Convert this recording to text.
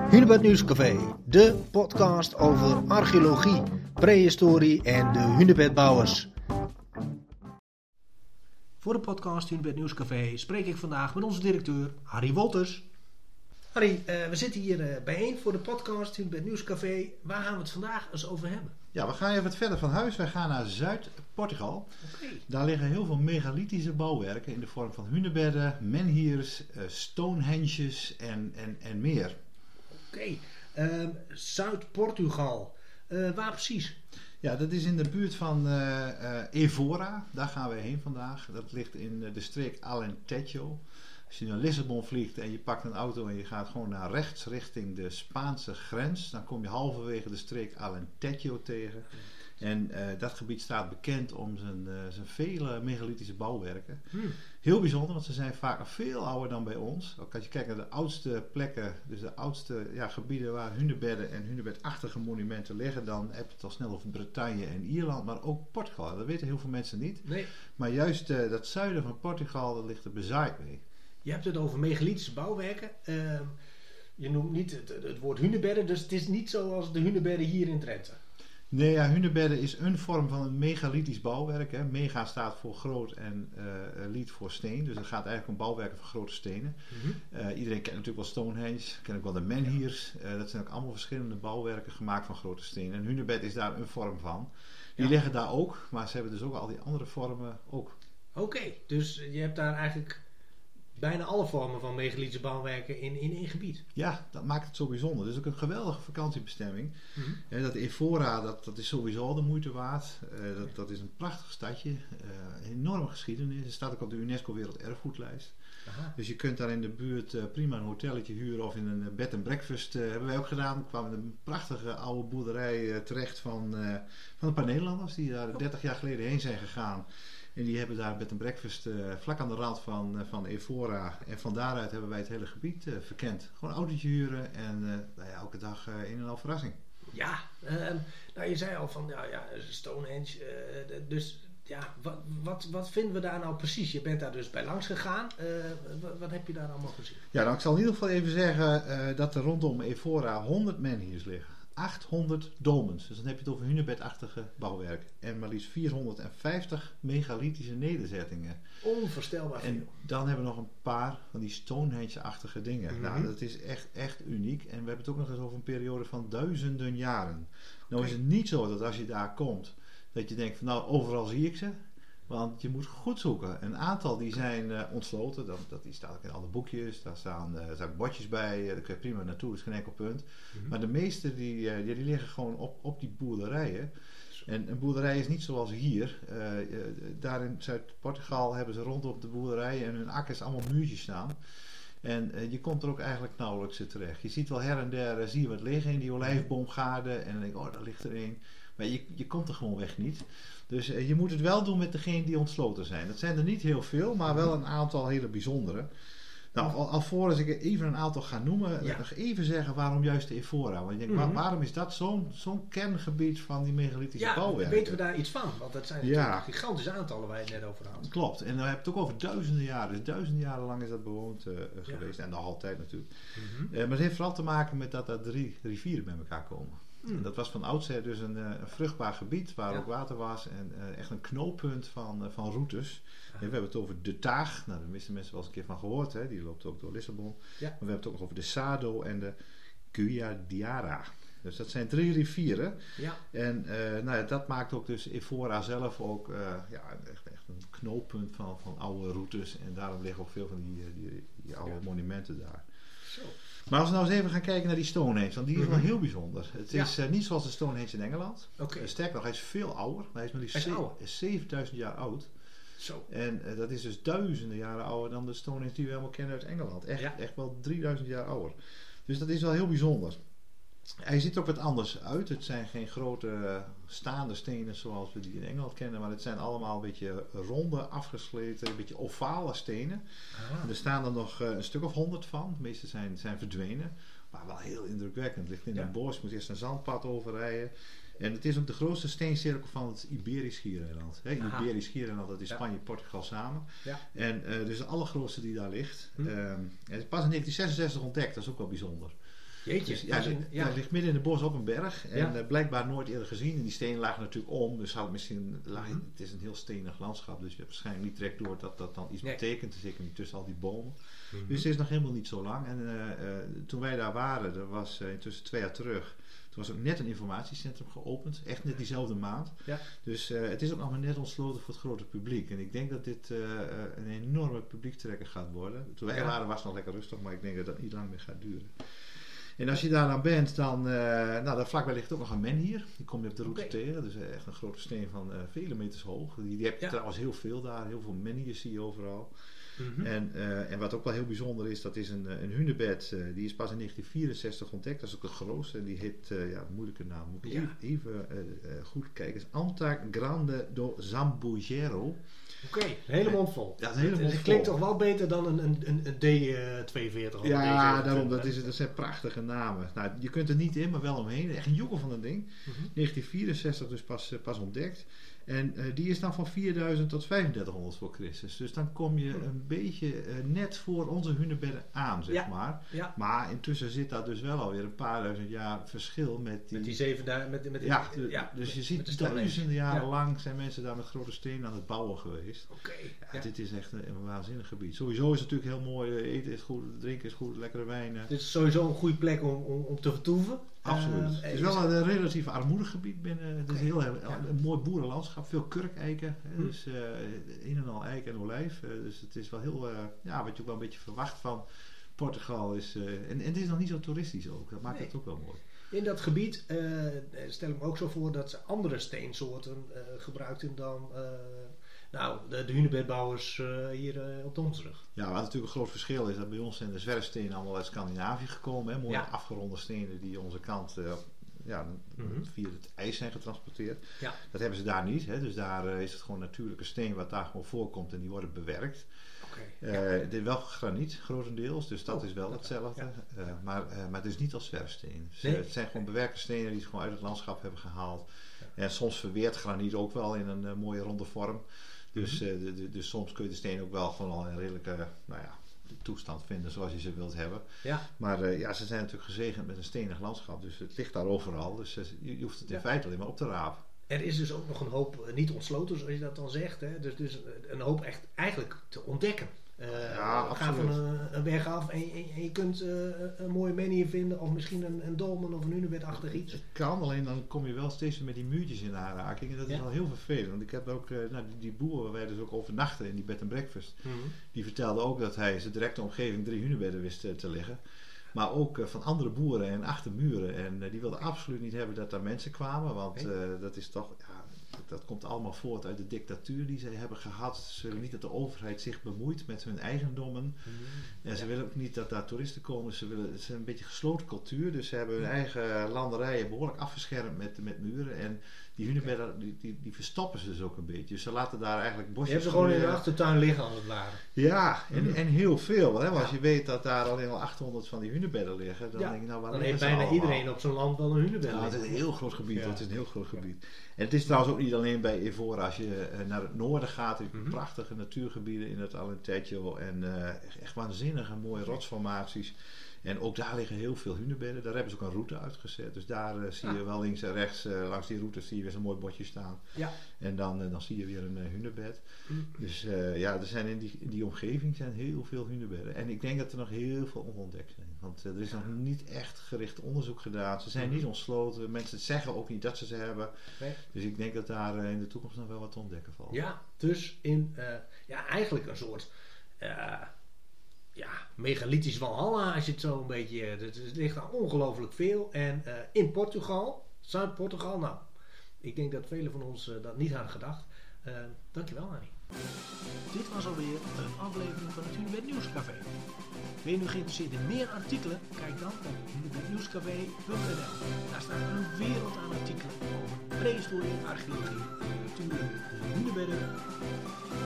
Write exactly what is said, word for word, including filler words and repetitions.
Hunebed Nieuwscafé, de podcast over archeologie, prehistorie en de hunebedbouwers. Voor de podcast Hunebed Nieuwscafé spreek ik vandaag met onze directeur Harry Wolters. Harry, uh, we zitten hier uh, bijeen voor de podcast Hunebed Nieuwscafé. Waar gaan we het vandaag eens over hebben? Ja, we gaan even wat verder van huis. Wij gaan naar Zuid-Portugal. Okay. Daar liggen heel veel megalithische bouwwerken in de vorm van hunebedden, menhirs, uh, stonehenges en, en, en meer. Oké, okay. uh, Zuid-Portugal. Uh, waar precies? Ja, dat is in de buurt van uh, uh, Evora. Daar gaan we heen vandaag. Dat ligt in uh, de streek Alentejo. Als je naar Lissabon vliegt en je pakt een auto en je gaat gewoon naar rechts richting de Spaanse grens, dan kom je halverwege de streek Alentejo tegen. En uh, dat gebied staat bekend om zijn, uh, zijn vele megalithische bouwwerken. Hmm. Heel bijzonder, want ze zijn vaak nog veel ouder dan bij ons. Ook als je kijkt naar de oudste plekken, dus de oudste ja, gebieden waar hunebedden en hunebedachtige monumenten liggen, dan heb je het al snel over Bretagne en Ierland, maar ook Portugal. Dat weten heel veel mensen niet. Nee. Maar juist uh, dat zuiden van Portugal, dat ligt er bezaaid mee. Je hebt het over megalithische bouwwerken. Uh, je noemt niet het, het woord hunebedden, dus het is niet zoals de hunebedden hier in Drenthe. Nee, ja, hunebedden is een vorm van een megalithisch bouwwerk. Hè. Mega staat voor groot en uh, liet voor steen. Dus het gaat eigenlijk om bouwwerken van grote stenen. Mm-hmm. Uh, iedereen kent natuurlijk wel Stonehenge, kent ook wel de menhirs. Uh, dat zijn ook allemaal verschillende bouwwerken gemaakt van grote stenen. En hunebed is daar een vorm van. Die ja. liggen daar ook, maar ze hebben dus ook al die andere vormen ook. Oké, okay, dus je hebt daar eigenlijk bijna alle vormen van megalithische bouwwerken in, in één gebied. Ja, dat maakt het zo bijzonder. Het is ook een geweldige vakantiebestemming. Mm-hmm. Uh, dat Evora, dat, dat is sowieso de moeite waard. Uh, dat, dat is een prachtig stadje. Uh, een enorme geschiedenis. Het staat ook op de UNESCO Werelderfgoedlijst. Aha. Dus je kunt daar in de buurt uh, prima een hotelletje huren of in een bed and breakfast. Uh, hebben wij ook gedaan. We kwamen in een prachtige oude boerderij uh, terecht van, uh, van een paar Nederlanders die daar oh. dertig jaar geleden heen zijn gegaan. En die hebben daar bed and breakfast uh, vlak aan de rand van, uh, van Evora. En van daaruit hebben wij het hele gebied uh, verkend. Gewoon een autootje huren en uh, nou ja, elke dag uh, een en al verrassing. Ja, uh, nou je zei al van ja, ja, Stonehenge. Uh, dus ja, wat, wat, wat vinden we daar nou precies? Je bent daar dus bij langs gegaan. Uh, wat, wat heb je daar allemaal gezien? Ja, nou ik zal in ieder geval even zeggen uh, dat er rondom Evora honderd menhirs liggen. achthonderd dolmens, dus dan heb je het over hunebedachtige bouwwerk. En maar liefst vierhonderdvijftig megalithische nederzettingen. Onvoorstelbaar veel. En dan hebben we nog een paar van die Stonehenge-achtige dingen. Mm-hmm. Nou, dat is echt, echt uniek. En we hebben het ook nog eens over een periode van duizenden jaren. Nou okay. is het niet zo dat als je daar komt, dat je denkt van nou, overal zie ik ze. Want je moet goed zoeken. Een aantal die zijn uh, ontsloten. Dat, dat die staat ook in alle boekjes. Daar staan, uh, staan bordjes bij. Uh, daar kun je prima naartoe. Dat is geen enkel punt. Mm-hmm. Maar de meeste die, uh, die, die liggen gewoon op, op die boerderijen. En een boerderij is niet zoals hier. Uh, uh, daar in Zuid-Portugal hebben ze rondom de boerderijen en hun akkers allemaal muurtjes staan. En uh, je komt er ook eigenlijk nauwelijks terecht. Je ziet wel her en der, uh, zie je wat liggen in die olijfboomgaarden. En dan denk je, oh, daar ligt er een. Maar je, je komt er gewoon weg niet. Dus uh, je moet het wel doen met degenen die ontsloten zijn. Dat zijn er niet heel veel, maar wel een aantal hele bijzondere. Nou, al, alvorens ik even een aantal ga noemen, ja. wil ik nog even zeggen waarom juist de Evora. Want je denkt, mm-hmm. waar, waarom is dat zo'n, zo'n kerngebied van die megalithische ja, bouwwerken? Weten we daar iets van? Want dat zijn ja. gigantische aantallen waar je het net over had. Klopt, en dan heb je het ook over duizenden jaren. Dus duizenden jaren lang is dat bewoond uh, ja. geweest. En nog altijd natuurlijk. Mm-hmm. Uh, maar het heeft vooral te maken met dat er drie rivieren bij elkaar komen. Hmm. Dat was van oudsher dus een, een vruchtbaar gebied waar ja. ook water was en uh, echt een knooppunt van, uh, van routes. Ja. En we hebben het over de Taag, nou daar wisten mensen wel eens een keer van gehoord, hè? Die loopt ook door Lissabon. Ja. Maar we hebben het ook nog over de Sado en de Guadiara. Dus dat zijn drie rivieren. Ja. En uh, nou ja, dat maakt ook dus Evora zelf ook uh, ja, echt, echt een knooppunt van, van oude routes. En daarom liggen ook veel van die, die, die oude ja. monumenten daar. Zo. Maar als we nou eens even gaan kijken naar die Stonehenge, want die is mm-hmm. wel heel bijzonder. Het ja. is uh, niet zoals de Stonehenge in Engeland. Okay. Uh, sterker nog, hij is veel ouder. Hij is maar liefst zevenduizend jaar oud. Zo. En uh, dat is dus duizenden jaren ouder dan de Stonehenge die we helemaal kennen uit Engeland. Echt, ja. echt wel drieduizend jaar ouder. Dus dat is wel heel bijzonder. Hij ziet er ook wat anders uit. Het zijn geen grote uh, staande stenen zoals we die in Engeland kennen. Maar het zijn allemaal een beetje ronde, afgesleten, een beetje ovale stenen. Ah. Er staan er nog uh, een stuk of honderd van. De meeste zijn, zijn verdwenen. Maar wel heel indrukwekkend. Het ligt in ja. een bos. Je moet eerst een zandpad overrijden. En het is ook de grootste steencirkel van het Iberisch Schiereiland. He, Iberisch Schiereiland, dat is ja. Spanje en Portugal samen. Ja. En uh, dus de allergrootste die daar ligt. Hm. Um, het is pas in negentien zesenzestig ontdekt. Dat is ook wel bijzonder. Jeetje. Dus, ja, in, ja. Het ligt midden in het bos op een berg. En ja. uh, blijkbaar nooit eerder gezien. En die stenen lagen natuurlijk om. Dus had het misschien... Lag, mm-hmm. Het is een heel stenig landschap. Dus je hebt waarschijnlijk niet direct door dat dat dan iets nee. betekent. Zeker niet tussen al die bomen. Mm-hmm. Dus het is nog helemaal niet zo lang. En uh, uh, toen wij daar waren, dat was uh, intussen twee jaar terug... Toen was ook net een informatiecentrum geopend. Echt net diezelfde maand. Ja. Dus uh, het is ook nog maar net ontsloten voor het grote publiek. En ik denk dat dit uh, een enorme publiektrekker gaat worden. Toen wij ja. waren was het nog lekker rustig. Maar ik denk dat dat niet lang meer gaat duren. En als je daar dan bent, dan... Uh, nou, daar vlakbij ligt ook nog een menhir. Die kom je op de route okay. tegen. Dus uh, echt een grote steen van uh, vele meters hoog. Die, die heb je ja. trouwens heel veel daar. Heel veel menhirs zie je overal. Mm-hmm. En, uh, en wat ook wel heel bijzonder is, dat is een, een hunebed. Uh, die is pas in negentien vierenzestig ontdekt. Dat is ook het grootste. En die heet, uh, ja, een moeilijke naam. Moet ik ja. even, even uh, uh, goed kijken. Het is Anta Grande do Zambujeiro. Oké, okay, een hele mond vol. Ja, een hele mond vol. Het klinkt toch wel beter dan een, een, een, een D tweeënveertig of ja, een D zevenentwintig. daarom. Dat, is, dat zijn prachtige namen. Nou, je kunt er niet in, maar wel omheen. Echt een joekel van een ding. Mm-hmm. negentien vierenzestig dus pas, uh, pas ontdekt. En uh, die is dan van vierduizend tot vijfendertighonderd voor Christus. Dus dan kom je een beetje uh, net voor onze hunebedden aan, zeg ja. maar. Ja. Maar intussen zit daar dus wel alweer een paar duizend jaar verschil met die... Met die zeven... Met, met die, ja, de, ja, dus je met, ziet met duizenden jaren ja. lang zijn mensen daar met grote stenen aan het bouwen geweest. Oké. Okay. Ja, Ja. Dit is echt een, een waanzinnig gebied. Sowieso is het natuurlijk heel mooi. Eten is goed, drinken is goed, lekkere wijnen. Dit is sowieso een goede plek om, om, om te vertoeven. Absoluut. Uh, het is wel een, een relatief armoedig gebied binnen. Het okay. is heel, heel, ja. een mooi boerenlandschap. Veel kurkeiken. Hm. Dus uh, een en al eik en olijf. Uh, dus het is wel heel, uh, ja, wat je ook wel een beetje verwacht van Portugal is. Uh, en, en het is nog niet zo toeristisch ook. Dat maakt nee. het ook wel mooi. In dat gebied uh, stel ik me ook zo voor dat ze andere steensoorten uh, gebruikten dan uh, nou, de, de hunebedbouwers uh, hier uh, op de Hondsrug. Ja, wat natuurlijk een groot verschil is dat bij ons zijn de zwerfstenen allemaal uit Scandinavië gekomen. Hè? Mooie ja. afgeronde stenen die onze kant uh, ja, mm-hmm. via het ijs zijn getransporteerd. Ja. Dat hebben ze daar niet. Hè? Dus daar uh, is het gewoon natuurlijke steen wat daar gewoon voorkomt en die worden bewerkt. Okay, uh, ja. Dit is wel graniet, grotendeels, dus dat oh, is wel dat hetzelfde. ja. Uh, maar, uh, maar het is niet als zwerfsteen. Dus, nee. uh, het zijn gewoon bewerkte stenen die ze gewoon uit het landschap hebben gehaald. Ja. En soms verweert graniet ook wel in een uh, mooie ronde vorm. Dus, mm-hmm. uh, de, de, dus soms kun je de steen ook wel gewoon al in een redelijke nou ja, toestand vinden zoals je ze wilt hebben. Ja. Maar uh, ja, ze zijn natuurlijk gezegend met een stenig landschap, dus het ligt daar overal. Dus uh, je, je hoeft het in ja. feite alleen maar op te rapen. Er is dus ook nog een hoop uh, niet ontsloten, zoals je dat dan zegt. Hè? Dus, dus een hoop echt eigenlijk te ontdekken. Uh, ja, ga van een, een berg af en, en, en je kunt uh, een mooie manier vinden of misschien een, een dolmen of een hunebedachtig iets. Het kan, alleen dan kom je wel steeds weer met die muurtjes in aanraking en dat is ja. wel heel vervelend. Want ik heb ook, uh, nou, die, die boer waar wij dus ook overnachten in die bed and breakfast, mm-hmm. die vertelde ook dat hij in zijn directe omgeving drie hunebedden wist uh, te leggen. Maar ook uh, van andere boeren en achter muren. En uh, die wilden absoluut niet hebben dat daar mensen kwamen, want uh, dat is toch... Ja, dat komt allemaal voort uit de dictatuur die ze hebben gehad. Ze willen niet dat de overheid zich bemoeit met hun eigendommen. Mm-hmm. En ze ja. willen ook niet dat daar toeristen komen. Ze willen, het is een beetje een gesloten cultuur. Dus ze hebben hun eigen landerijen behoorlijk afgeschermd met, met muren. En die hunebedden, die, die, die verstoppen ze dus ook een beetje. Dus ze laten daar eigenlijk bosjes... Je hebt ze gewoon in de achtertuin liggen als het ware. Ja, en, mm-hmm. en heel veel. Hè? Als ja. je weet dat daar alleen al achthonderd van die hunebedden liggen, dan ja. denk je nou... Waar dan heeft bijna iedereen op zo'n land wel een hunebed. Ja, het is een heel groot gebied. Ja. Het is een heel groot gebied. En het is trouwens ook niet alleen bij Evora. Als je uh, naar het noorden gaat, heb je mm-hmm. prachtige natuurgebieden in het Alentejo. En uh, echt, echt waanzinnige mooie rotsformaties. En ook daar liggen heel veel hunebedden. Daar hebben ze ook een route uitgezet. Dus daar uh, zie je ah. wel links en rechts, uh, langs die route zie je weer zo'n mooi bordje staan. Ja. En dan, uh, dan zie je weer een uh, hunebed. Mm. Dus uh, ja, er zijn in die, in die omgeving zijn heel veel hunebedden. En ik denk dat er nog heel veel onontdekt zijn. Want uh, er is ja. nog niet echt gericht onderzoek gedaan. Ze zijn mm-hmm. niet ontsloten. Mensen zeggen ook niet dat ze ze hebben. Nee. Dus ik denk dat daar uh, in de toekomst nog wel wat te ontdekken valt. Ja, dus in uh, ja, eigenlijk een soort... Uh, Ja, megalithisch Valhalla, als je het zo een beetje... Het ligt daar ongelooflijk veel. En uh, in Portugal, Zuid-Portugal, nou, ik denk dat velen van ons uh, dat niet hadden gedacht. Uh, dankjewel, Annie. Dit was alweer een aflevering van het Hunebed Nieuwscafé. Ben je nu geïnteresseerd in meer artikelen? Kijk dan op hunebed nieuwscafé punt n l. Daar staat een wereld aan artikelen over prehistorie, archeologie, natuur, hunebedden...